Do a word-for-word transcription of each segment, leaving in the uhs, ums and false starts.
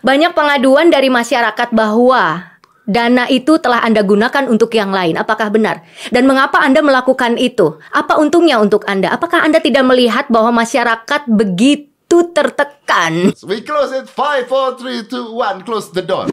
banyak pengaduan dari masyarakat bahwa dana itu telah Anda gunakan untuk yang lain. Apakah benar? Dan mengapa Anda melakukan itu? Apa untungnya untuk Anda? Apakah Anda tidak melihat bahwa masyarakat begitu tertekan? We close it. five, four, three, two, one. Close the door.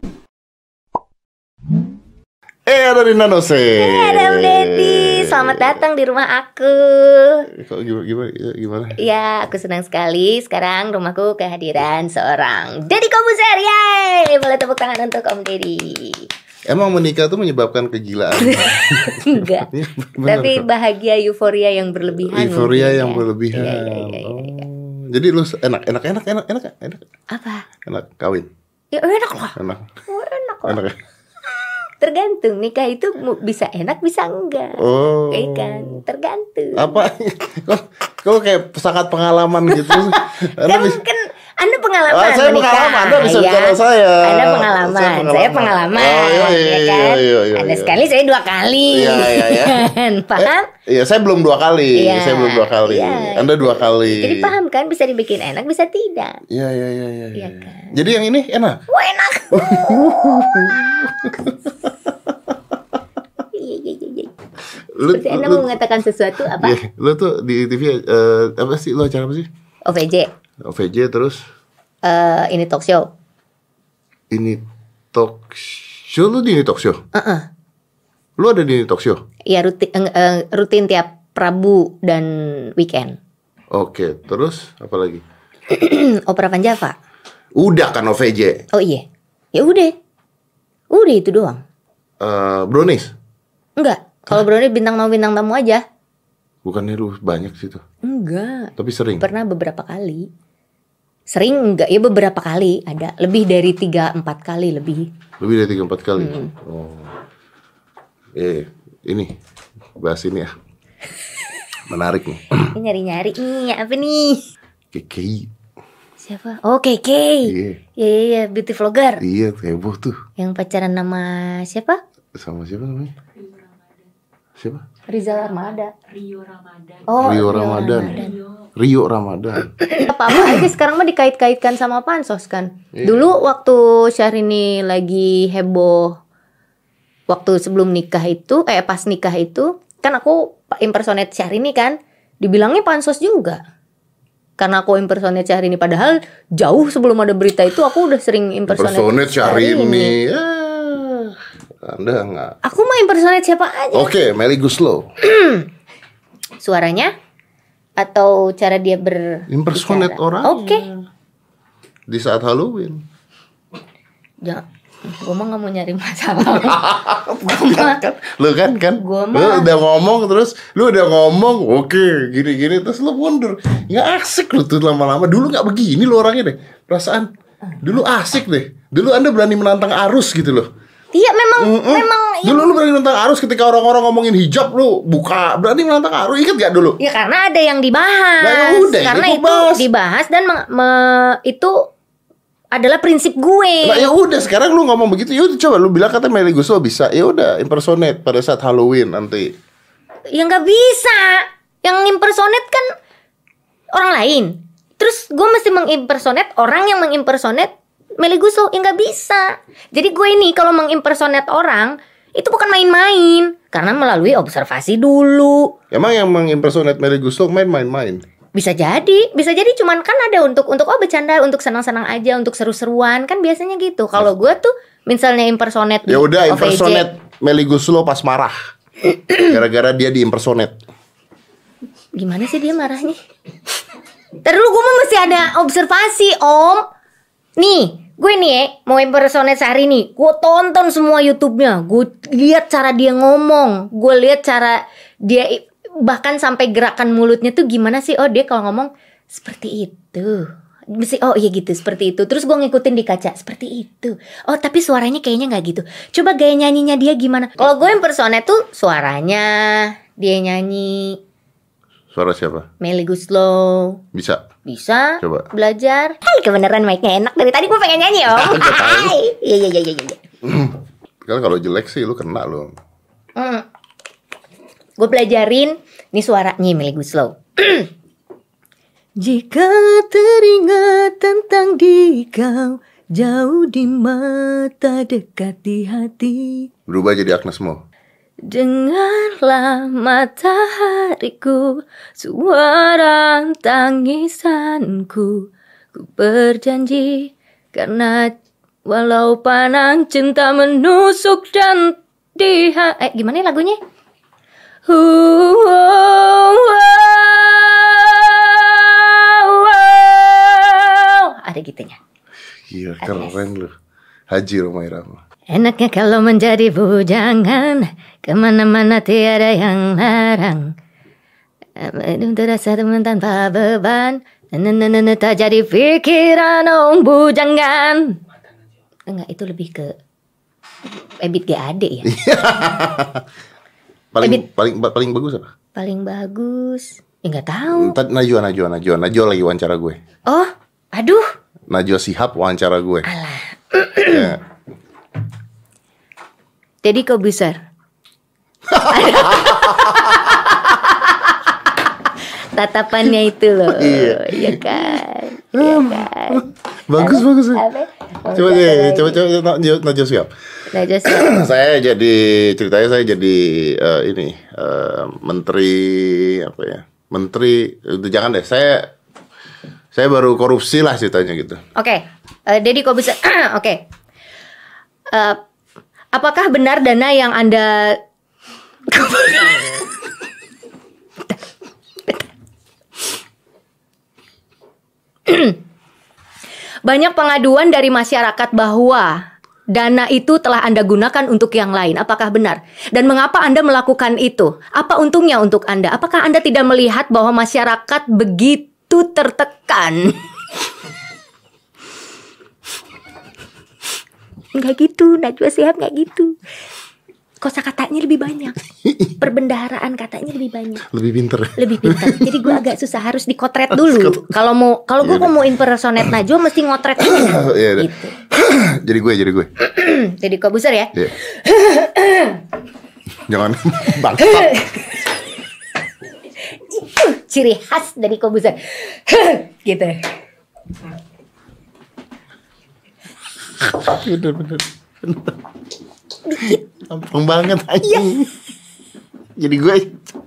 Eh, ada Rina Nose. Eh, ada Om Deddy. Selamat datang di rumah aku. Kok gimana, gimana, gimana? Ya, aku senang sekali. Sekarang rumahku kehadiran seorang Deddy Kobuzer. Yeay, boleh tepuk tangan untuk Om Deddy. Emang menikah tuh menyebabkan kegilaan? Enggak. Bener. Tapi bahagia, euforia yang berlebihan. Euforia mungkin, yang ya. berlebihan. Iya, iya, iya, iya, iya. Oh, jadi lu enak, enak, enak, enak, enak, enak. Apa? Enak kawin. Ya enak lah. Enak. Oh, enak lah. Enak ya? Tergantung, nikah itu mu- bisa enak bisa enggak. Oh. Iya kan, tergantung. Apa? Kok, kok kayak sangat pengalaman gitu? Anda Kan, bisa- kan Anda pengalaman Ah, saya menikah. pengalaman, Anda bisa ya. bicara saya. Anda pengalaman, Saya saya pengalaman. pengalaman, Oh, iya, iya, ya kan? iya, iya, iya, Anda iya. sekali, saya dua kali. Iya, iya, iya. Kan? Paham? Eh, iya, saya belum dua kali. Iya, Saya belum dua kali. iya. Anda dua kali. Jadi paham kan, bisa dibikin enak, bisa tidak. Iya, iya, iya, iya. Iya iya. kan? Jadi yang ini enak. Wah enak. Iya, iya, iya, iya. Lu, Seperti Anda lu- mau mengatakan sesuatu apa? Iya, lu tuh di T V eh, apa sih? Lu acara apa sih? O V J, O V J terus Eh, ini talk show. ini talk show. Lu di ini talk show? Uh-uh. Lu ada di ini talk show? Iya rutin, eh, eh, rutin tiap Rabu dan weekend. Oke, terus apa lagi? Opera Van Java. Udah kan O V J. Oh iya, ya udah, udah itu doang. Eh, brownies. Enggak, kalau Brownie bintang tamu bintang tamu aja. Bukannya lu banyak situ, Enggak, tapi sering. pernah beberapa kali. Sering enggak, ya beberapa kali ada. Lebih dari tiga empat kali lebih. Lebih dari tiga empat kali. Oh. Eh, ini bahas ini ya. Menarik nih. Ini nyari-nyari nih, apa nih? Kekei. Siapa? Oh Keke. Iya. Iya, iya, iya, beauty vlogger. Iya, heboh tuh. Yang pacaran nama siapa? Sama siapa namanya? Siapa? Rizal Armada. Rio Ramadan. Oh, Rio Ramadan. Rio Ramadan. Apa-apa aja sekarang mah dikait-kaitkan sama pansos kan. Iya. Dulu waktu Syahrini lagi heboh, waktu sebelum nikah itu, eh pas nikah itu, kan aku impersonate Syahrini kan, dibilangnya pansos juga. Karena aku impersonate Syahrini, padahal jauh sebelum ada berita itu aku udah sering impersonate, Personet Syahrini. Syahrini. Ya, Anda enggak. Aku mah impersonate siapa aja. Oke, Melly Guslow. Suaranya atau cara dia ber Impersonate bicara? orang. Oke. Di saat Halloween. Jangan, gue mah gak mau nyari masalah. Gue mah Lu kan kan Gua lu mah- udah ngomong terus lu udah ngomong oke gini-gini terus lu mundur. Nggak asik lu tuh lama-lama. Dulu nggak begini lu orangnya deh. Perasaan dulu asik deh. Dulu Anda berani menantang arus gitu loh. Iya memang Mm-mm. memang ya, Dulu lu berani menantang arus ketika orang-orang ngomongin hijab lu buka berani menantang arus. Ingat gak dulu? ya karena ada yang dibahas. Nah, ya udah, karena itu itu bahas. dibahas dan me- me- itu adalah prinsip gue. Nah ya udah sekarang lu ngomong begitu ya udah coba lu bilang kata Melly Guslow bisa. Ya udah impersonate pada saat Halloween nanti. Ya nggak bisa. Yang impersonate kan orang lain. Terus gue mesti mengimpersonate orang yang mengimpersonate Melly Guslow. Ya nggak bisa. Jadi gue ini kalau mengimpersonate orang itu bukan main-main, karena melalui observasi dulu. Emang yang mengimpersonate Melly Guslow main-main-main? Bisa jadi, bisa jadi cuman kan ada untuk untuk oh bercanda, untuk senang-senang aja, untuk seru-seruan kan biasanya gitu. Kalau gue tuh misalnya impersonate di Ya udah O V J. impersonate Melly Guslow pas marah. Gara-gara dia di impersonate. Gimana sih dia marahnya? Terus gue mah mesti ada observasi, Om. Nih, gue nih ya, mau impersonate Syahrini. Gue tonton semua YouTube-nya. Gue lihat cara dia ngomong. Gue lihat cara dia bahkan sampai gerakan mulutnya tuh gimana sih? Oh, dia kalau ngomong seperti itu. Mesti oh iya gitu, seperti itu. Terus gue ngikutin di kaca, seperti itu. Oh, tapi suaranya kayaknya nggak gitu. Coba gaya nyanyinya dia gimana? Kalau gue impersonate tuh suaranya dia nyanyi. Suara siapa? Melly Guslow. Bisa. Bisa. Coba. Belajar. Hai, kebeneran mic-nya enak. Dari tadi gue pengen nyanyi, Om. Hai. Iya, iya, iya, iya, iya. Kan kalau jelek sih lu kena lu. Hmm. Gue pelajarin. Ini suaranya Melly Guslow. Jika teringat tentang di kau, jauh di mata, dekat di hati. Berubah jadi Agnes Mo. Dengarlah matahariku, suara tangisanku. Ku berjanji karena walau panang cinta menusuk dan di ha- Eh gimana ya lagunya? Uh, oh, oh, oh. Ada gitunya. Iya keren lu. Haji Rhoma Irama. Enaknya kalau menjadi bujangan, kemana-mana tiada yang larang. Hidup terasa teman tanpa beban, Nenenene tak jadi pikiran om bujangan. Enggak, itu lebih ke Ebit G A D ya. paling Ebit. paling paling bagus apa? Paling bagus. Ya nggak tahu. Ntar Najwa Najwa Najwa Najwa lagi wawancara gue. Oh, aduh. Najwa Shihab wawancara gue. Alah. Ya. Deddy Kobuser. Tatapannya itu loh. Iya. Iya kan. Iya kan. Bagus Apa? bagus. Apa? Coba deh, coba coba Najwa Najwa Shihab. Najwa Shihab. Saya jadi ceritanya saya jadi eh, ini eh, menteri apa ya? Menteri itu jangan deh. Saya saya baru korupsi lah ceritanya gitu. Oke, eh, Deddy Kobuser. Oke. Eh, apakah benar dana yang Anda banyak pengaduan dari masyarakat bahwa dana itu telah Anda gunakan untuk yang lain. Apakah benar? Dan mengapa Anda melakukan itu? Apa untungnya untuk Anda? Apakah Anda tidak melihat bahwa masyarakat begitu tertekan? Nggak gitu, Najwa Shihab nggak gitu. Kosakatanya lebih banyak, perbendaharaan katanya lebih banyak, Lebih pinter. lebih pintar. Jadi gue agak susah, harus dikotret dulu. Kalau mau, kalau gue mau impersonate Najwa mesti ngotret dulu. Iya, iya. Gitu. Jadi gue jadi gue. Jadi Kobuser ya. Iya. Jangan bangsat. Itu ciri khas dari Kobuser. Gitu. Bener bener. Gampang banget anjing. Jadi gue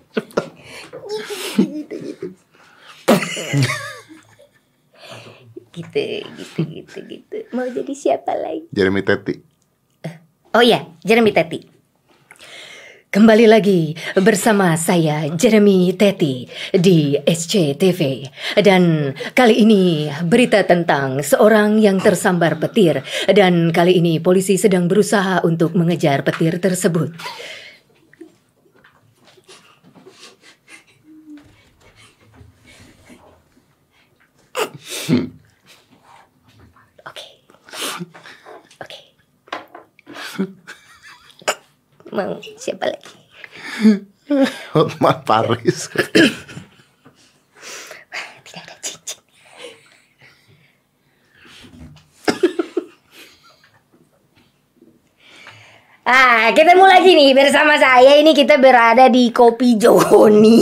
Gitu, gitu, gitu, gitu. Mau jadi siapa lagi? Jeremy Teti. Oh ya, Jeremy Teti. Kembali lagi bersama saya Jeremy Teti di S C T V. Dan kali ini berita tentang seorang yang tersambar petir. Dan kali ini polisi sedang berusaha untuk mengejar petir tersebut. Oke. Oke. Mau siapa lagi? Hotman Paris. Tidak ada cincin. Ah, ketemu lagi nih bersama saya. Ini kita berada di Kopi Joni.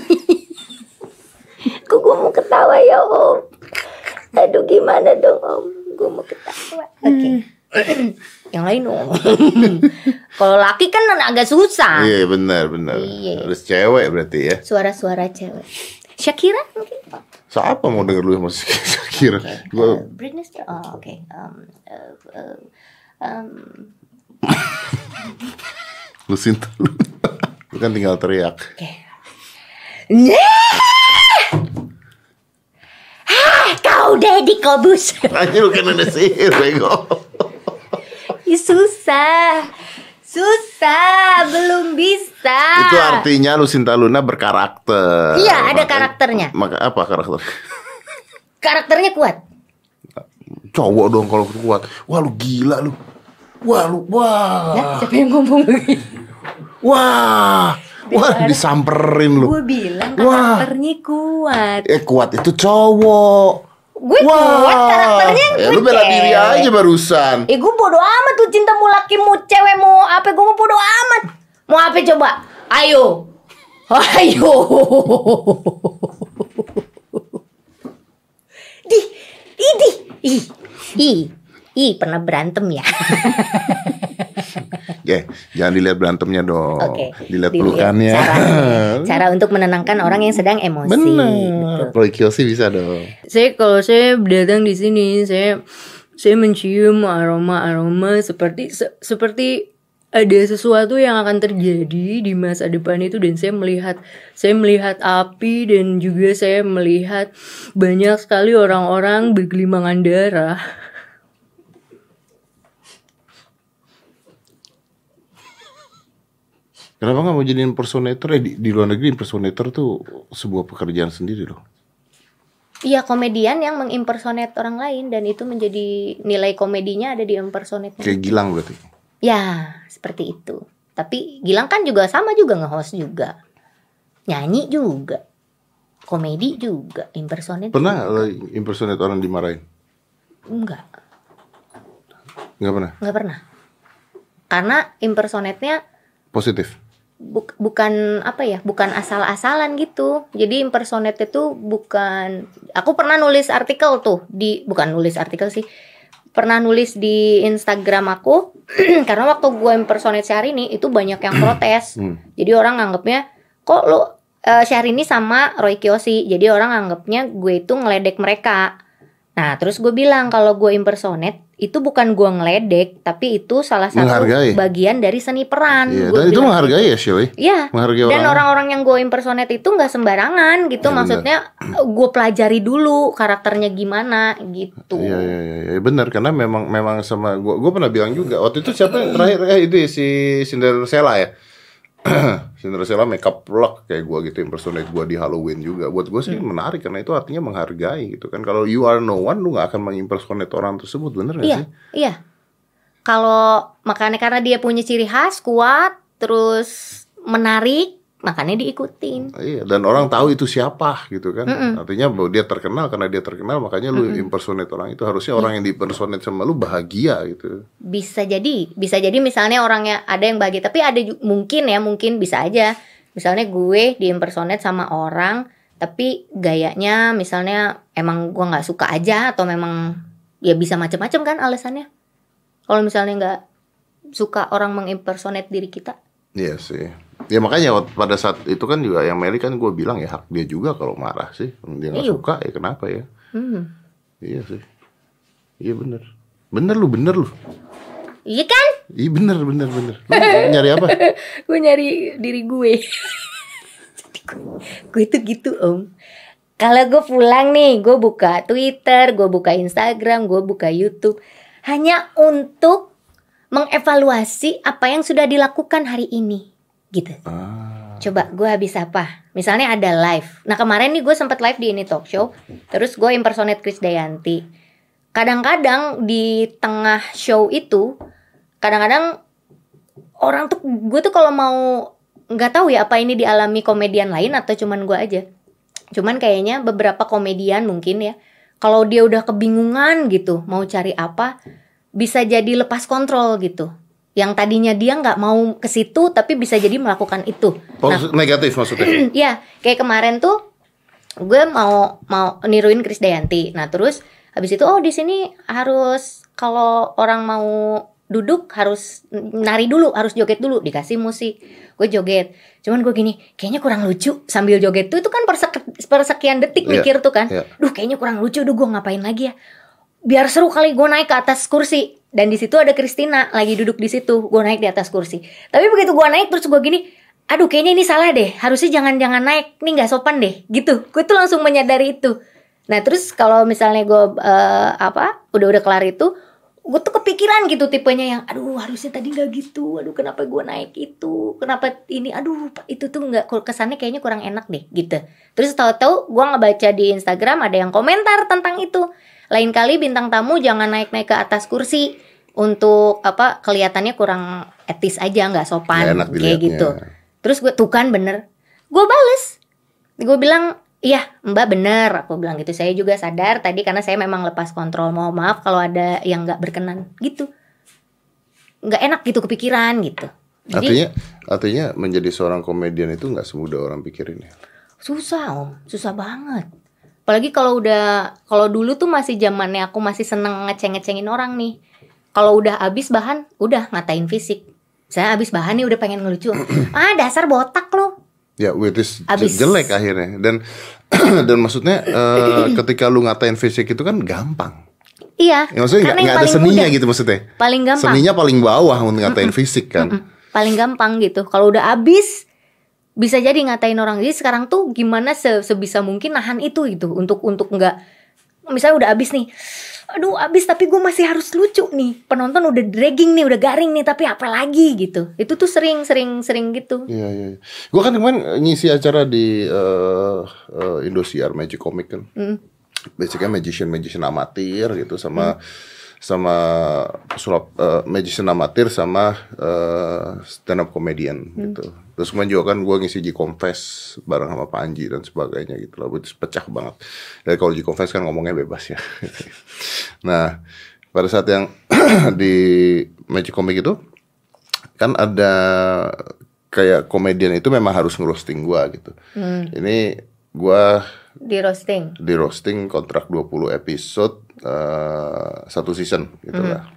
Kok gue mau ketawa ya Om? Aduh gimana dong Om? Gue mau ketawa. Oke. Yang lain dong. Kalau laki kan agak susah. Iya benar benar. Iya. Harus cewek berarti ya. Suara-suara cewek. Shakira mungkin. Siapa mau denger lu sama Shakira? Gua Uh, Britney Spears. Oh, oke. Um, uh, uh, um, lu cinta lu. Lu kan tinggal teriak. Oke. Nah! Ah, kau Deddy Kobuser. Aja lu kan ada sihir bego. Ih, susah. Susah, belum bisa. Itu artinya Lucinta Luna berkarakter. Iya, ada Maka- karakternya. Maka apa karakter? Karakternya kuat. Cowok dong kalau kuat. Wah lu gila lu. Wah lu wah. Nah, siapa yang ngomong begitu? Wah. Wah disamperin lu. Gue bilang Wah. karakternya kuat. Eh kuat itu cowok. Gue kuat, karakternya Ya gue lu bela diri cewek. aja barusan. Eh gue bodo amat tuh, cinta mau laki mau cewek mau apa, gue mau bodo amat. Mau apa coba? Ayo. Ayo. Di, di, di. Ih, ih. Ih, pernah berantem ya. Ya, jangan dilihat berantemnya dong. Oke. Dilihat Dilihat pelukannya. Cara, cara untuk menenangkan orang yang sedang emosi. Bener. Roy Kiyoshi bisa dong. Saya kalau saya datang di sini, saya saya mencium aroma-aroma seperti se, seperti ada sesuatu yang akan terjadi di masa depan itu, dan saya melihat saya melihat api, dan juga saya melihat banyak sekali orang-orang bergelimangan darah. Kenapa nggak mau jadi impersonator? Eh, di, di luar negeri impersonator tuh sebuah pekerjaan sendiri loh. Iya, komedian yang mengimpersonate orang lain, dan itu menjadi nilai komedinya ada di impersonate. Kayak Gilang berarti. Ya, seperti itu. Tapi Gilang kan juga sama juga, nge-host juga, nyanyi juga, komedi juga, impersonate. Pernah juga. impersonate orang dimarahin? Enggak. Enggak pernah? Enggak pernah. Karena impersonate-nya positif. Buk, bukan apa ya, bukan asal-asalan gitu. Jadi impersonate itu bukan. Aku pernah nulis artikel tuh di, bukan nulis artikel sih, pernah nulis di Instagram aku. Karena waktu gue impersonate Syahrini itu banyak yang protes. hmm. Jadi orang nganggapnya, kok lu uh, Syahrini sama Roy Kiyoshi. Jadi orang nganggapnya gue itu ngeledek mereka. Nah terus gue bilang kalau gue impersonate itu bukan gue ngeledek, tapi itu salah satu menghargai. Bagian dari seni peran. Iya, dan itu menghargai ya Shelly. Iya. Menghargai dan orang-orang yang gue impersonate itu nggak sembarangan gitu. Ya, maksudnya gue pelajari dulu karakternya gimana gitu. Iya iya iya ya, benar, karena memang memang sama gue gue pernah bilang juga waktu itu siapa yang terakhir eh itu si Cinderella ya. Cinderella makeup look kayak gue gitu, impersonate gue di Halloween juga. Buat gue sih hmm. menarik, karena itu artinya menghargai gitu kan. Kalau you are no one, lu gak akan mengimpersonate orang tersebut, bener gak iya, sih? Iya. Kalau makanya karena dia punya ciri khas kuat, terus menarik, makanya diikutin. Iya, dan orang tahu itu siapa gitu kan. Mm-mm. Artinya bahwa dia terkenal, karena dia terkenal makanya lu Mm-mm. impersonate orang itu. Harusnya orang yang diimpersonate sama lu bahagia gitu. Bisa jadi, bisa jadi misalnya orangnya ada yang bahagia, tapi ada ju- mungkin ya, mungkin bisa aja. Misalnya gue diimpersonate sama orang, tapi gayanya misalnya emang gue nggak suka aja, atau memang ya bisa macam-macam kan alasannya. Kalau misalnya nggak suka orang mengimpersonate diri kita. Iya sih. Ya makanya pada saat itu kan juga yang Meli kan gue bilang ya hak dia juga kalau marah sih. Dia nggak suka ya kenapa ya? Hmm. Iya sih. Iya bener. Bener lu, bener lu. Iya kan? Iya bener, bener, bener. Lu nyari apa? Gue nyari diri gue. Gue itu gitu om. Kalau gue pulang nih, gue buka Twitter, gue buka Instagram, gue buka YouTube, hanya untuk mengevaluasi apa yang sudah dilakukan hari ini, gitu. Ah. Coba gue habis apa? Misalnya ada live. Nah kemarin nih gue sempat live di ini talk show, terus gue impersonate Krisdayanti. Kadang-kadang di tengah show itu, kadang-kadang orang tuh, gue tuh kalau mau, nggak tahu ya apa ini dialami komedian lain atau cuman gue aja. Cuman kayaknya beberapa komedian mungkin ya, kalau dia udah kebingungan gitu mau cari apa, bisa jadi lepas kontrol gitu. Yang tadinya dia nggak mau ke situ, tapi bisa jadi melakukan itu. Nah, negatif maksudnya? Ya, kayak kemarin tuh gue mau mau niruin Krisdayanti. Nah terus habis itu oh di sini harus kalau orang mau duduk harus nari dulu, harus joget dulu, dikasih musik. Gue joget. Cuman gue gini, kayaknya kurang lucu sambil joget tuh itu kan persek- persekian detik yeah, mikir tuh kan. Yeah. Duh kayaknya kurang lucu, duh gue ngapain lagi ya? Biar seru kali gue naik ke atas kursi. Dan di situ ada Christina lagi duduk di situ. Gue naik di atas kursi. Tapi begitu gue naik terus gue gini, aduh kayaknya ini salah deh. Harusnya jangan-jangan naik, ini nggak sopan deh. Gitu. Gue tuh langsung menyadari itu. Nah terus kalau misalnya gue uh, apa, udah-udah kelar itu, gue tuh kepikiran gitu tipenya yang, aduh harusnya tadi nggak gitu. Aduh kenapa gue naik itu? Kenapa ini? Aduh itu tuh nggak, kesannya kayaknya kurang enak deh. Gitu. Terus tahu-tahu gue ngebaca di Instagram ada yang komentar tentang itu. Lain kali bintang tamu jangan naik-naik ke atas kursi untuk apa kelihatannya kurang etis aja, nggak sopan kayak dilihatnya. Gitu. Terus gue tuh kan bener, gue bales, gue bilang iya mbak bener, aku bilang gitu. Saya juga sadar tadi karena saya memang lepas kontrol, mohon maaf kalau ada yang nggak berkenan gitu, nggak enak gitu kepikiran gitu. Jadi, artinya artinya menjadi seorang komedian itu nggak semudah orang pikirin ya. Susah om, susah banget. Apalagi kalau udah, kalau dulu tuh masih zamannya aku masih seneng ngeceng-ngecengin orang nih. Kalau udah habis bahan, udah ngatain fisik. Saya habis bahan nih udah pengen ngelucu. Ah dasar botak lo. Ya, which is Abis. jelek akhirnya. Dan dan maksudnya uh, ketika lu ngatain fisik itu kan gampang. Iya. Ya, maksudnya karena nggak ada paling seninya mudah, gitu maksudnya. Paling gampang. Seninya paling bawah untuk ngatain fisik kan. Mm-mm. Paling gampang gitu. Kalau udah habis bisa jadi ngatain orang. Jadi sekarang tuh gimana se- sebisa mungkin nahan itu gitu untuk untuk nggak, misalnya udah habis nih, aduh habis tapi gue masih harus lucu nih, penonton udah dragging nih, udah garing nih, tapi apa lagi gitu. Itu tuh sering sering sering gitu. Iya iya. Gue kan kemarin ngisi acara di uh, uh, Indosiar Magic Comic kan. Mm. Basicnya magician magician amatir gitu sama mm. sama sulap uh, magician amatir sama uh, stand up comedian mm. gitu. Terus kemarin juga kan gue ngisi G-Confess bareng sama Panji dan sebagainya gitu lah. Itu pecah banget. Dan kalau G-Confess kan ngomongnya bebas ya. Nah, pada saat yang di Magic Comic itu kan ada kayak komedian itu memang harus ngerosting gue gitu. Hmm. Ini gue di roasting. Di roasting kontrak dua puluh episode uh, satu season gitu hmm. lah.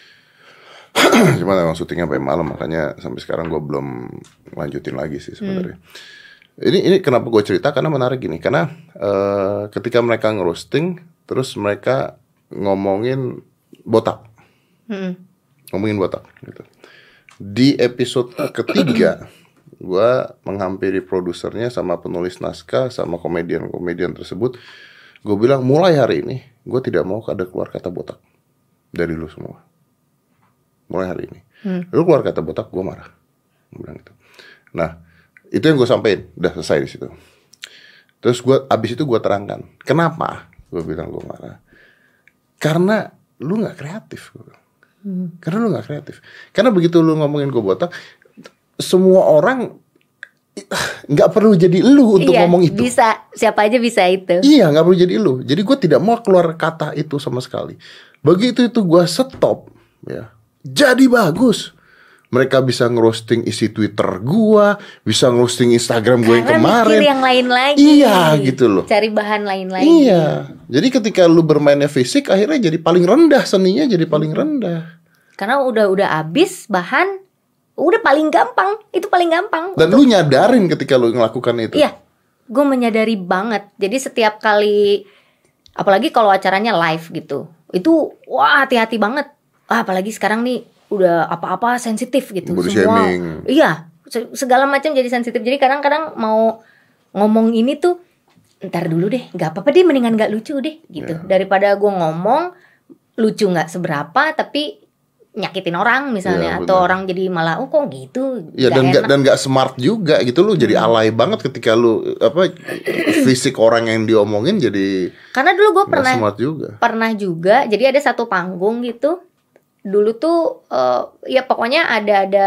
Cuma memang syutingnya sampai malam, makanya sampai sekarang gue belum lanjutin lagi sih sebenarnya. Hmm. Ini ini kenapa gue cerita, karena menarik gini, karena uh, ketika mereka ngerosting, terus mereka ngomongin botak, hmm. ngomongin botak gitu. Di episode ketiga, gue menghampiri produsernya sama penulis naskah sama komedian-komedian tersebut. Gue bilang mulai hari ini, gue tidak mau ada keluar kata botak dari lu semua. Mulai hari ini, hmm. lu keluar kata botak, gue marah. Gue bilang gitu. Nah, itu yang gue sampein, udah selesai di situ. Terus gue abis itu gue terangkan, kenapa? Gue bilang gue marah. Karena lu nggak kreatif. Hmm. Karena lu nggak kreatif. Karena begitu lu ngomongin gue botak, semua orang nggak perlu jadi lu untuk iya, ngomong itu. Bisa, siapa aja bisa itu. Iya, nggak perlu jadi lu. Jadi gue tidak mau keluar kata itu sama sekali. Begitu itu gue stop, ya. Jadi bagus. Mereka bisa ngerosting isi Twitter gua, bisa ngerosting Instagram gue yang kemarin. Mikir yang lain lagi. Iya, gitu loh. Cari bahan lain lagi. Iya. Jadi ketika lu bermainnya fisik, akhirnya jadi paling rendah, seninya jadi paling rendah. Karena udah udah habis bahan, udah paling gampang. Itu paling gampang. Dan untuk... lu nyadarin ketika lu ngelakukan itu. Iya. Gue menyadari banget. Jadi setiap kali, apalagi kalau acaranya live gitu, itu wah hati-hati banget. Ah, apalagi sekarang nih udah apa-apa sensitif gitu. Body semua. Shaming. Iya, segala macam jadi sensitif. Jadi kadang-kadang mau ngomong ini tuh ntar dulu deh, nggak apa-apa deh, mendingan nggak lucu deh gitu. Yeah. Daripada gue ngomong lucu nggak seberapa tapi nyakitin orang misalnya, yeah, atau orang jadi malah oh kok gitu. Ya, dan nggak dan nggak smart juga gitu, lu jadi alay banget ketika lu apa fisik orang yang diomongin jadi. Karena dulu gue pernah smart juga. pernah juga. Jadi ada satu panggung gitu. Dulu tuh uh, ya pokoknya ada ada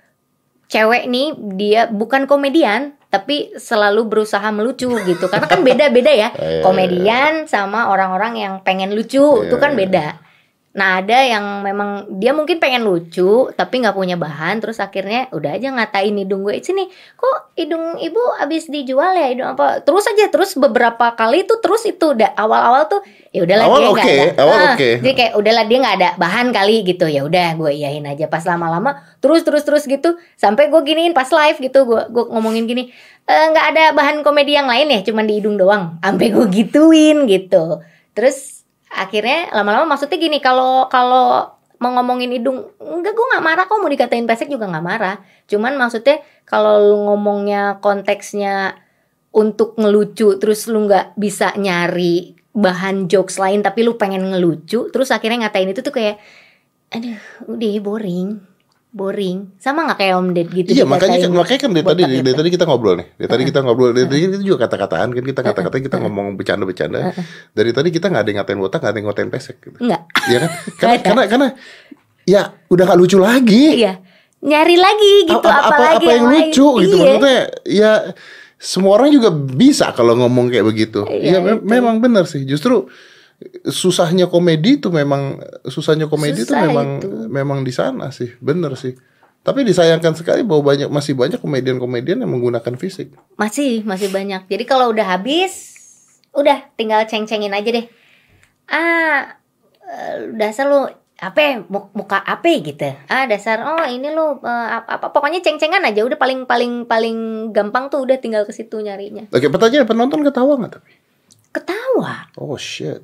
cewek nih, dia bukan komedian tapi selalu berusaha melucu gitu. Karena kan beda-beda ya, komedian sama orang-orang yang pengen lucu itu kan beda. Nah ada yang memang dia mungkin pengen lucu tapi nggak punya bahan, terus akhirnya udah aja ngatain hidung gue, sini kok hidung ibu abis dijual ya, hidung apa, terus aja terus beberapa kali tuh terus itu udah awal-awal tuh ya udahlah dia nggak okay, ada, awal nah, okay. jadi kayak udahlah dia nggak ada bahan kali gitu, ya udah gue iyain aja. Pas lama-lama terus terus terus gitu sampai gue giniin pas live gitu, gue gue ngomongin gini, nggak e, ada bahan komedi yang lain ya, cuman di hidung doang, sampai gue gituin gitu. Terus akhirnya lama-lama maksudnya gini, kalau kalau mau ngomongin hidung, enggak, gue nggak marah kok, mau dikatain pesek juga nggak marah. Cuman maksudnya kalau lu ngomongnya konteksnya untuk ngelucu, terus lu nggak bisa nyari bahan jokes lain, tapi lu pengen ngelucu, terus akhirnya ngatain itu tuh kayak, aduh, udah boring. boring, sama nggak kayak Om Ded gitu? Iya, makanya kan, makanya kan dari tadi gitu. dari tadi kita ngobrol nih, dari tadi kita ngobrol, dari tadi kita juga kata-kataan kan, kita kata-kata kita ngomong bercanda-bercanda. Dari tadi kita nggak ada yang ngatain botak, nggak ada yang ngatain pesek gitu. Nggak. Iya kan? Karena karena karena ya udah nggak lucu lagi. Iya, nyari lagi gitu, apa, apa, apa, lagi apa yang, yang lucu lain. gitu, iya. Maksudnya ya semua orang juga bisa kalau ngomong kayak begitu. Iya, ya, me- memang benar sih. Justru susahnya komedi itu memang susahnya komedi itu Susah memang itu. memang di sana sih, benar sih. Tapi disayangkan sekali bahwa banyak masih banyak komedian-komedian yang menggunakan fisik. Masih masih banyak. Jadi kalau udah habis, udah tinggal ceng-cengin aja deh. Ah, eh, dasar lu apa muka apa gitu. Ah, dasar oh ini lu uh, apa, apa pokoknya ceng-cengan aja udah paling paling paling gampang tuh udah tinggal ke situ nyarinya. Oke, pertanyaan penonton ketawa nggak tapi? Ketawa. Oh shit.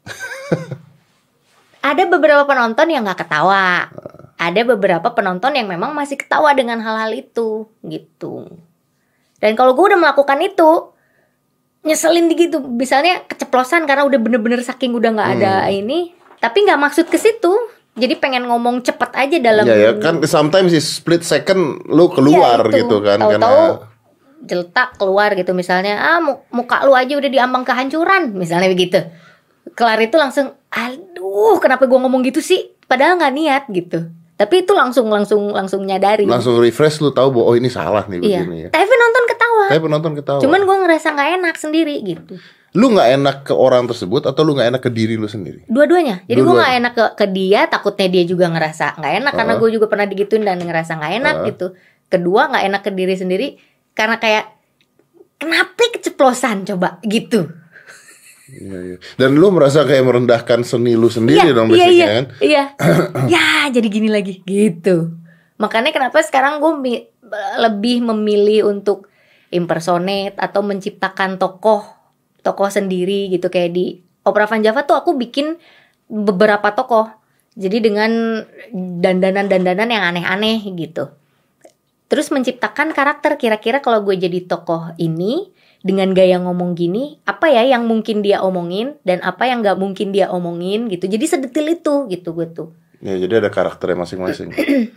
Ada beberapa penonton yang nggak ketawa. Ada beberapa penonton yang memang masih ketawa dengan hal-hal itu gitu. Dan kalau gue udah melakukan itu nyeselin gitu, misalnya keceplosan karena udah bener-bener saking udah nggak ada hmm. ini. Tapi nggak maksud ke situ, jadi pengen ngomong cepet aja dalam. Iya ya, kan sometimes di split second lu keluar ya, gitu kan, tahu-tahu karena jeletak keluar gitu misalnya, ah muka lu aja udah diambang kehancuran, misalnya begitu. Kelar itu langsung, aduh kenapa gue ngomong gitu sih, padahal nggak niat gitu. Tapi itu langsung langsung langsung nyadari. Langsung refresh lu tahu bahwa oh ini salah nih iya. begini ya. Tapi penonton ketawa. Tapi penonton ketawa. Cuman gue ngerasa nggak enak sendiri gitu. Lu nggak enak ke orang tersebut atau lu nggak enak ke diri lu sendiri? Dua-duanya. Jadi gue nggak enak ke, ke dia, takutnya dia juga ngerasa nggak enak uh. karena gue juga pernah digituin dan ngerasa nggak enak uh. gitu. Kedua nggak enak ke diri sendiri karena kayak kenapa keceplosan coba gitu. Iya, iya. Dan lu merasa kayak merendahkan seni lu sendiri iya, dong iya, basicnya iya, kan? Iya. Ya jadi gini lagi gitu. Makanya kenapa sekarang gue mi- lebih memilih untuk impersonate atau menciptakan tokoh tokoh sendiri gitu, kayak di Opera Van Java tuh aku bikin beberapa tokoh. Jadi dengan dandanan-dandanan yang aneh-aneh gitu. Terus menciptakan karakter, kira-kira kalau gue jadi tokoh ini dengan gaya ngomong gini, apa ya yang mungkin dia omongin dan apa yang gak mungkin dia omongin gitu. Jadi sedetil itu gitu gue tuh. Ya, jadi ada karakternya masing-masing.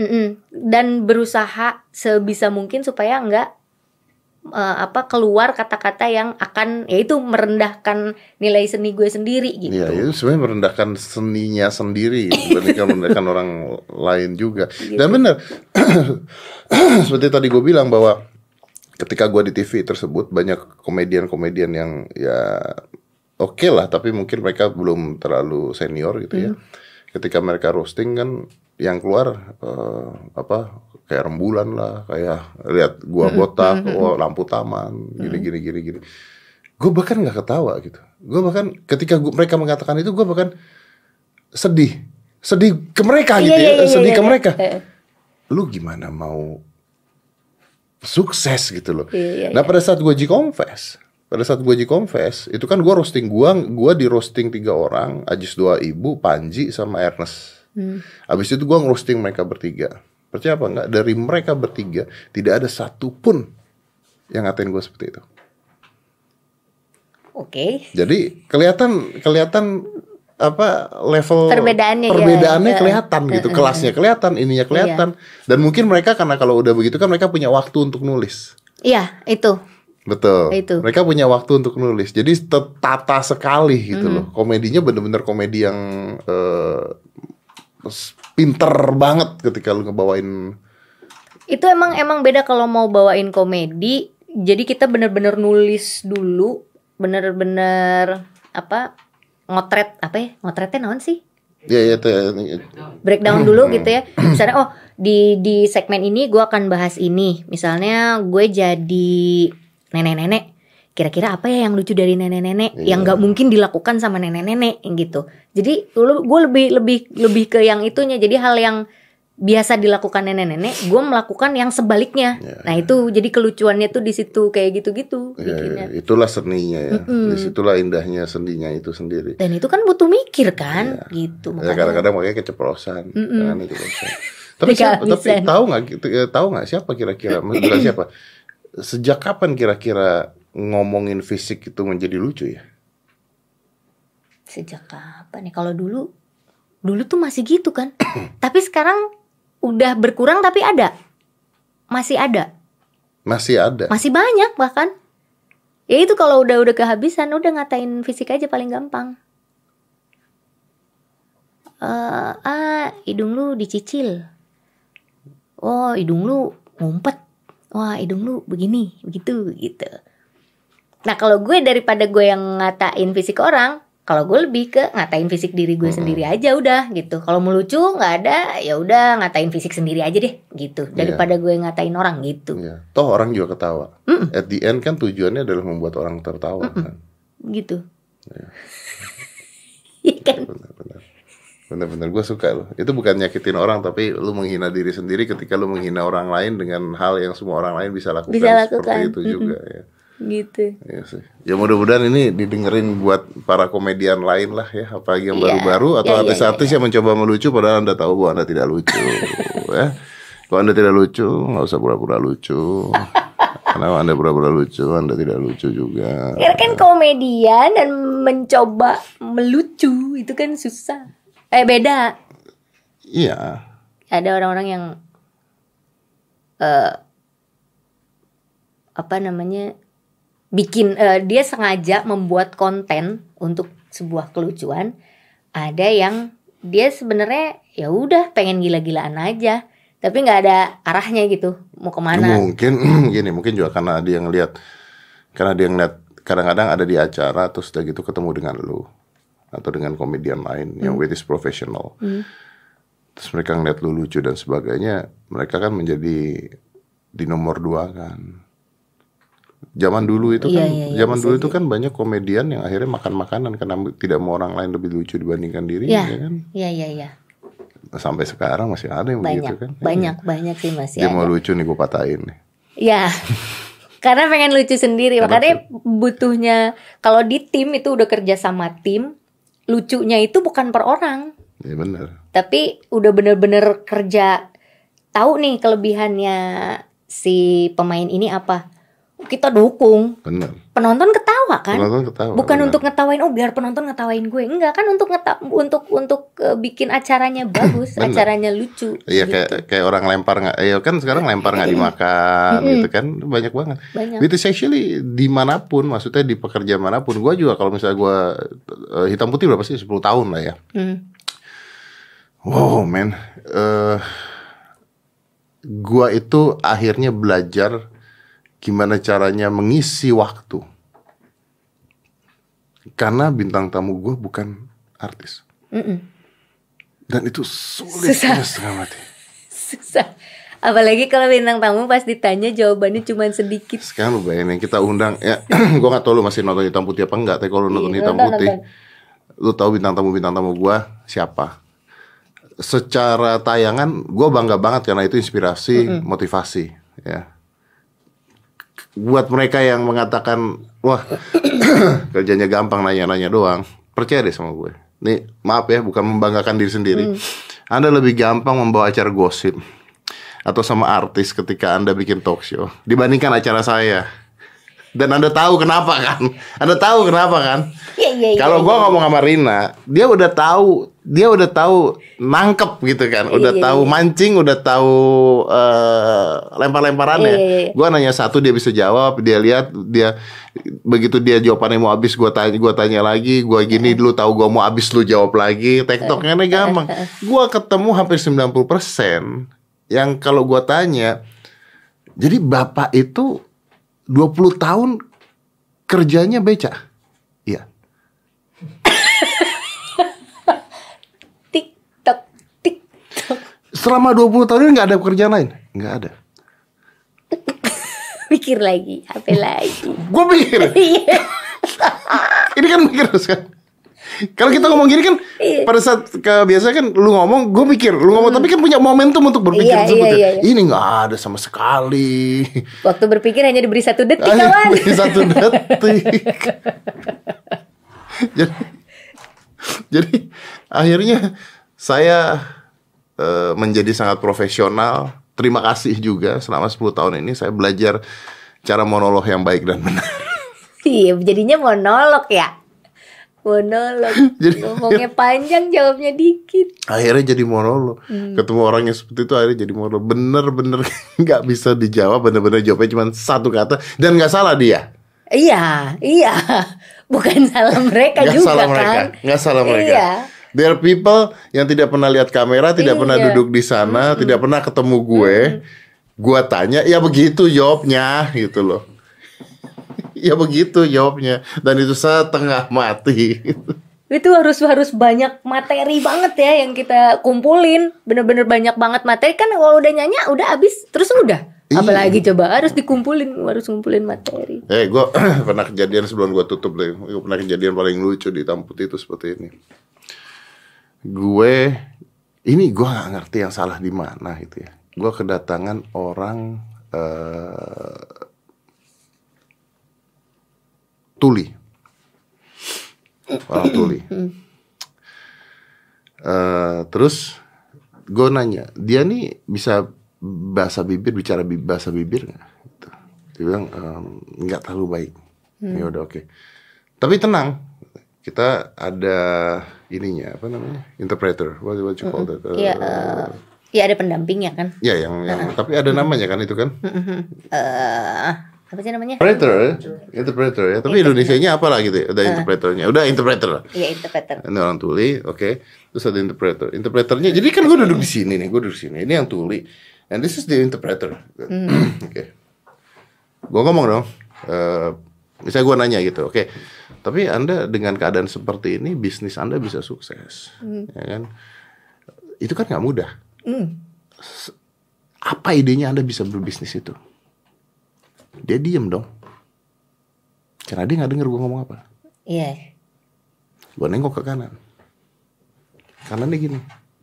Dan berusaha sebisa mungkin supaya enggak Uh, apa keluar kata-kata yang akan yaitu merendahkan nilai seni gue sendiri gitu. Iya, itu sebenarnya merendahkan seninya sendiri dibandingkan merendahkan orang lain juga. Gitu. Dan benar, seperti tadi gue bilang bahwa ketika gue di T V tersebut banyak komedian-komedian yang ya oke okay lah, tapi mungkin mereka belum terlalu senior gitu ya. Hmm. Ketika mereka roasting kan yang keluar uh, apa kayak rembulan lah, kayak lihat gua botak, mm-hmm. oh, lampu taman, gini gini gini gini. Gue bahkan nggak ketawa gitu. Gue bahkan ketika gua, mereka mengatakan itu, gue bahkan sedih, sedih ke mereka gitu yeah, ya, yeah, sedih yeah, ke yeah. mereka. Yeah. Lu gimana mau sukses gitu loh. Yeah, yeah, nah pada saat gue G-Confess, pada saat gue G-Confess, itu kan gue roasting, gue gue di roasting tiga orang, Ajis dua ibu, Panji sama Ernest. Hmm. Abis itu gue ngerosting mereka bertiga. Percaya apa enggak? Dari mereka bertiga tidak ada satu pun yang ngatain gue seperti itu. Oke. Okay. Jadi kelihatan kelihatan apa level perbedaannya, perbedaannya ya. kelihatan uh, gitu, uh, uh, kelasnya kelihatan, ininya kelihatan. Iya. Dan mungkin mereka karena kalau udah begitu kan mereka punya waktu untuk nulis. Iya, itu. Betul. Itu. Mereka punya waktu untuk nulis. Jadi tertata sekali gitu mm. loh. Komedinya bener-bener komedi yang uh, pinter banget ketika lu ngebawain. Itu emang emang beda kalau mau bawain komedi. Jadi kita bener-bener nulis dulu, bener-bener apa ngotret apa ya ngotretnya naon sih? Ya ya itu. Breakdown dulu gitu ya. Misalnya oh di di segmen ini gue akan bahas ini. Misalnya gue jadi nenek-nenek. Kira-kira apa ya yang lucu dari nenek-nenek yeah. yang nggak mungkin dilakukan sama nenek-nenek gitu. Jadi gue lebih lebih lebih ke yang itunya. Jadi hal yang biasa dilakukan nenek-nenek, gue melakukan yang sebaliknya. Yeah. Nah itu jadi kelucuannya tuh di situ kayak gitu-gitu. Yeah, yeah. Itulah seninya ya. Mm-mm. Disitulah indahnya seninya itu sendiri. Dan itu kan butuh mikir kan, yeah. gitu. Makanya... Ya, kadang-kadang makanya keceplosan. Jangan keceplosan. Tapi siapa, tapi tahu nggak? Tahu nggak siapa kira-kira? Bukan siapa? Sejak kapan kira-kira ngomongin fisik itu menjadi lucu ya? Sejak kapan ya? Kalau dulu dulu tuh masih gitu kan. Tapi sekarang udah berkurang tapi ada. Masih ada. Masih ada. Masih banyak bahkan. Ya itu kalau udah udah kehabisan udah ngatain fisik aja paling gampang. Uh, ah, hidung lu dicicil. Oh, hidung lu ngumpet. Wah, hidung lu begini, begitu gitu. Nah kalau gue daripada gue yang ngatain fisik orang, kalau gue lebih ke ngatain fisik diri gue hmm. sendiri aja udah gitu. Kalau mau lucu nggak ada, ya udah ngatain fisik sendiri aja deh gitu. Daripada yeah. gue ngatain orang gitu. Yeah. Toh orang juga ketawa. Mm-mm. At the end kan tujuannya adalah membuat orang tertawa. Kan? gitu. Iya kan? Benar-benar. Benar-benar gue suka loh. Itu bukan nyakitin orang, tapi lu menghina diri sendiri ketika lu menghina orang lain dengan hal yang semua orang lain bisa lakukan, Bisa lakukan. seperti itu juga ya. Gitu. Iya sih. Ya mudah-mudahan ini didengerin buat para komedian lain lah ya, apalagi yang Iya. baru-baru atau Iya, iya, artis-artis iya, yang mencoba melucu padahal Anda tahu bahwa Anda tidak lucu ya. Kalau Anda tidak lucu, nggak usah pura-pura lucu. Karena Anda pura-pura lucu, Anda tidak lucu juga. Karena kan komedian dan mencoba melucu itu kan susah. Eh beda. Iya. Ada orang-orang yang eh apa namanya bikin eh, dia sengaja membuat konten untuk sebuah kelucuan. Ada yang dia sebenarnya ya udah pengen gila-gilaan aja, tapi nggak ada arahnya gitu mau kemana. Mungkin gini, mungkin juga karena dia ngelihat, karena dia ngeliat kadang-kadang ada di acara terus udah gitu ketemu dengan lu atau dengan komedian lain yang with is professional. Hmm. Terus mereka ngeliat lu lucu dan sebagainya, mereka kan menjadi di nomor dua kan. Zaman dulu itu kan, Iya, iya, iya, zaman bisa dulu itu jadi. kan banyak komedian yang akhirnya makan makanan karena tidak mau orang lain lebih lucu dibandingkan Iya, dirinya, ya kan? iya, iya, iya. Sampai sekarang masih ada yang Banyak, begitu kan? banyak, banyak sih masih Dia mau ada. lucu nih gue patahin nih. Ya, karena pengen lucu sendiri. Karena Makanya butuhnya kalau di tim itu udah kerja sama tim, lucunya itu bukan per orang, Ya benar. tapi udah bener-bener kerja. Tahu nih kelebihannya si pemain ini apa? Kita dukung. Benar. Penonton ketawa kan? Penonton ketawa, Bukan benar. untuk ngetawain, oh biar penonton ngetawain gue. Enggak kan, untuk ngeta untuk untuk uh, bikin acaranya bagus, Benar. acaranya lucu. Iya gitu. kayak kayak orang lempar nggak, ya kan sekarang lempar nggak dimakan gitu kan, banyak banget. Banyak. Itu actually dimanapun, maksudnya di pekerjaan manapun. Gue juga kalau misalnya gue uh, hitam putih berapa sih, sepuluh tahun lah ya. Hmm. Wow man, uh, gue itu akhirnya belajar gimana caranya mengisi waktu. Karena bintang tamu gue bukan artis. Mm-mm. Dan itu sulit Susah. ya, setengah mati. Susah. Apalagi kalau bintang tamu pas ditanya jawabannya cuma sedikit. Sekarang lu bayangin kita undang ya, gue gak tau lu masih nonton hitam putih apa enggak. Tapi kalau lu nonton Iya, hitam nonton, putih, nonton. lu tahu bintang tamu bintang tamu gue siapa? Secara tayangan gue bangga banget karena itu inspirasi, Mm-mm. motivasi ya. Buat mereka yang mengatakan wah kerjanya gampang nanya-nanya doang, percaya deh sama gue. Nih maaf ya, bukan membanggakan diri sendiri. Mm. Anda lebih gampang membawa acara gosip atau sama artis ketika Anda bikin talk show dibandingkan acara saya. Dan Anda tahu kenapa kan? Anda tahu kenapa kan? Iya, iya, iya. Kalau iya. gue ngomong sama Rina, dia udah tahu, dia udah tahu nangkep gitu kan, udah Iya, tahu iya. mancing, udah tahu uh, lempar-lemparannya. Iya, iya, iya. Gue nanya satu dia bisa jawab, dia lihat, dia begitu dia jawabannya mau habis, gue tanya, gue tanya lagi, gue gini dulu tahu gue mau habis, lu jawab lagi, tektoknya nih gampang. Gue ketemu hampir sembilan puluh persen yang kalau gue tanya, jadi bapak itu dua puluh tahun kerjanya beca. Iya. TikTok, TikTok. Selama dua puluh tahun ini nggak ada pekerjaan lain? Nggak ada. Mikir lagi, apa lagi? Gue mikir. Iya. Ini kan mikir terus kan. Kalau kita ngomong gini kan, Iya. pada saat ke, biasanya kan lu ngomong, gue mikir, lu ngomong, tapi kan punya momentum untuk berpikir Iya, tersebut. iya, ya. iya, iya. Ini nggak ada sama sekali. Waktu berpikir hanya diberi satu detik, Hanya kawan. beri satu detik. jadi, jadi akhirnya saya eh, menjadi sangat profesional. Terima kasih juga selama sepuluh tahun ini saya belajar cara monolog yang baik dan benar. Iya, jadinya monolog ya. Monolog. Jadi- Ngomongnya panjang, jawabnya dikit. Akhirnya jadi monolog. Hmm. Ketemu orang yang seperti itu akhirnya jadi monolog. Bener-bener nggak bisa dijawab. Bener-bener jawabnya cuma satu kata. Dan nggak salah dia. Iya, iya. Bukan salah mereka Nggak juga salah kan. mereka. Nggak salah mereka. Iya. There are people yang tidak pernah lihat kamera, tidak Iya. pernah duduk di sana, tidak pernah ketemu gue. Gue tanya, ya begitu jawabnya gitu loh. Ya begitu jawabnya. Dan itu setengah mati. Itu harus harus banyak materi banget ya yang kita kumpulin. Bener-bener banyak banget materi kan. Kalau udah nyanyi udah habis, terus udah Iya. Apalagi coba harus dikumpulin, harus ngumpulin materi. Eh, gue pernah kejadian sebelum gue tutup deh. Gue pernah kejadian paling lucu di Tamput itu seperti ini. Gue, ini gue nggak ngerti yang salah di mana gitu ya. Gue kedatangan orang uh, tuli, orang tuli. Uh, terus gue nanya, dia nih bisa bahasa bibir, bicara bi- bahasa bibir nggak? Gitu. Dia bilang ehm, nggak terlalu baik. Hmm. Ya udah oke. Okay. Tapi tenang, kita ada ininya apa namanya, interpreter. What, what you call that? Iya, uh, uh, ya ada pendampingnya kan? Ya yang, yang uh, tapi ada namanya kan itu kan? Uh, apa sih namanya? Interpreter, interpreter ya. Tapi Indonesianya apa lah gitu? Ya? Ada uh. interpreternya. Udah interpreter lah. Iya interpreter. Ini orang tuli, oke. Okay. Terus ada interpreter. Interpreternya. Jadi kan gue duduk di sini nih, gue duduk di sini. Ini yang tuli. And this is the interpreter. Mm. Oke. Okay. Gue ngomong dong. Uh, misalnya gue nanya gitu, oke. Okay. Tapi Anda dengan keadaan seperti ini, bisnis Anda bisa sukses, mm. ya kan? Itu kan nggak mudah. Mm. Apa idenya Anda bisa berbisnis itu? Dia diem dong. Karena dia nggak denger gue ngomong apa. Iya. Yeah. Gue nengok ke kanan. Kanannya gini.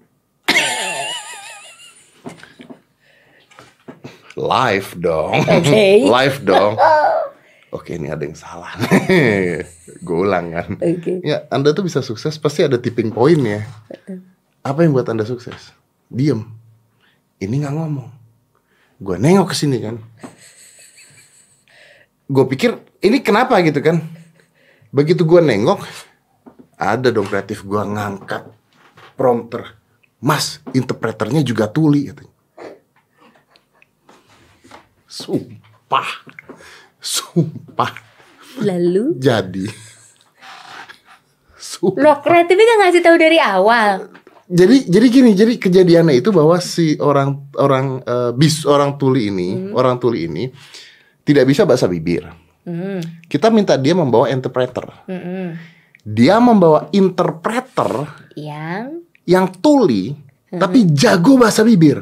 Live dong. Okay. Live dong. Oke, ini ada yang salah. Gue ulang kan. Okay. Ya, Anda tuh bisa sukses pasti ada tipping point ya. Apa yang buat Anda sukses? Diem. Ini nggak ngomong. Gue nengok ke sini kan. Gue pikir ini kenapa gitu kan. Begitu gue nengok, ada dong kreatif gue ngangkat prompter. Mas, interpreternya juga tuli katanya. Sumpah. Sumpah. Lalu? Jadi. Sumpah. Loh, kreatifnya gak ngasih tahu dari awal. Jadi jadi gini, jadi kejadiannya itu bahwa si orang orang uh, bis orang tuli ini, hmm. orang tuli ini tidak bisa bahasa bibir. Hmm. Kita minta dia membawa interpreter. Hmm. Dia membawa interpreter yang yang tuli, hmm. tapi jago bahasa bibir.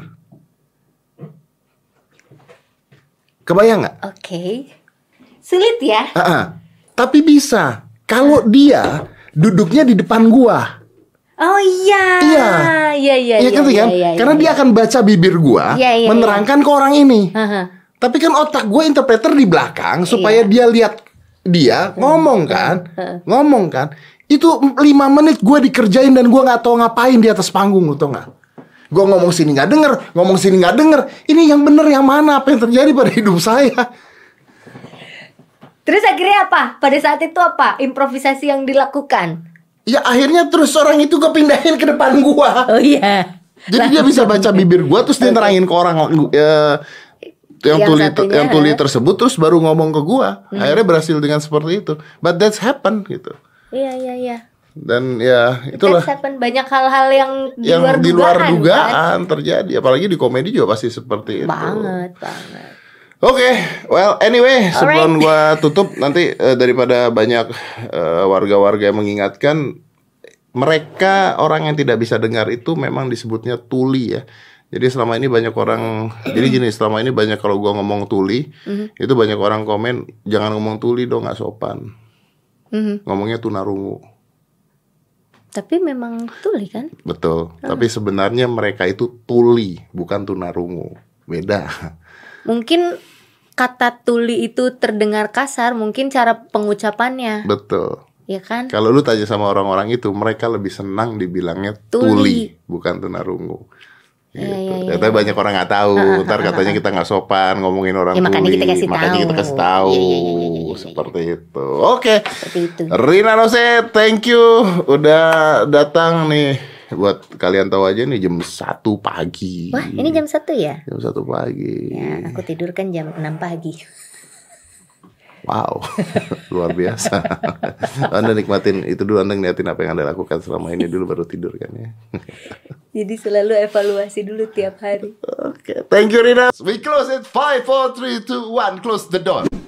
Kebayang nggak? Oke, okay. Sulit ya. Uh-uh. Tapi bisa. Kalau uh. dia duduknya di depan gua. Oh iya. Iya. Iya iya. Iya kan? Iya, iya, Karena iya. dia akan baca bibir gua, iya, iya, menerangkan iya. ke orang ini. Uh-huh. Tapi kan otak gue interpreter di belakang supaya iya. dia lihat dia ngomong kan, ngomong kan. Itu lima menit gue dikerjain dan gue nggak tahu ngapain di atas panggung, lo tau nggak? Gue ngomong sini nggak denger, ngomong sini nggak denger. Ini yang bener yang mana? Apa yang terjadi pada hidup saya? Terus akhirnya apa? Pada saat itu apa? Improvisasi yang dilakukan? Ya akhirnya terus orang itu kepindahin ke depan gue. Oh iya. Jadi dia bisa baca bibir gue, terus dia nerangin ke orang uh, yang, yang tuli satunya, yang tuli tersebut, terus baru ngomong ke gua. Hmm. Akhirnya berhasil dengan seperti itu. But that's happen gitu. Iya iya iya. Dan ya itulah. That's happen. Banyak hal-hal yang di yang luar di luar dugaan, dugaan kan? terjadi. Apalagi di komedi juga pasti seperti itu. Banget banget. Oke, okay. Well anyway, sebelum gua tutup nanti uh, daripada banyak uh, warga-warga yang mengingatkan, mereka orang yang tidak bisa dengar itu memang disebutnya tuli ya. Jadi selama ini banyak orang, jadi gini, selama ini banyak kalau gua ngomong tuli, mm-hmm. itu banyak orang komen, jangan ngomong tuli dong, nggak sopan. Mm-hmm. Ngomongnya tunarungu. Tapi memang tuli kan? Betul. Hmm. Tapi sebenarnya mereka itu tuli, bukan tunarungu. Beda. Mungkin kata tuli itu terdengar kasar, mungkin cara pengucapannya. Betul. Ya kan? Kalau lu tanya sama orang-orang itu, mereka lebih senang dibilangnya tuli, tuli bukan tunarungu. Gitu. Ya, ya, ya, ya. Banyak orang nggak tahu. Uh, uh, Ntar katanya uh, uh. kita nggak sopan ngomongin orang ya, tuli. Makanya kita kasih makanya tahu. kita kasih tahu. Ya, ya, ya, ya, ya, ya. Seperti itu. Oke. Okay. Rina Nose, thank you udah datang nih. Buat kalian tahu aja nih jam satu pagi. Wah, ini jam satu ya? Jam satu pagi. Ya, aku tidur kan jam enam pagi. Wow, luar biasa. Anda nikmatin itu dulu, Anda ngeliatin apa yang Anda lakukan selama ini dulu baru tidur kan ya. Jadi selalu evaluasi dulu tiap hari. Oke, okay. Thank you Rina. We close it five, four, three, two, one. Close the door.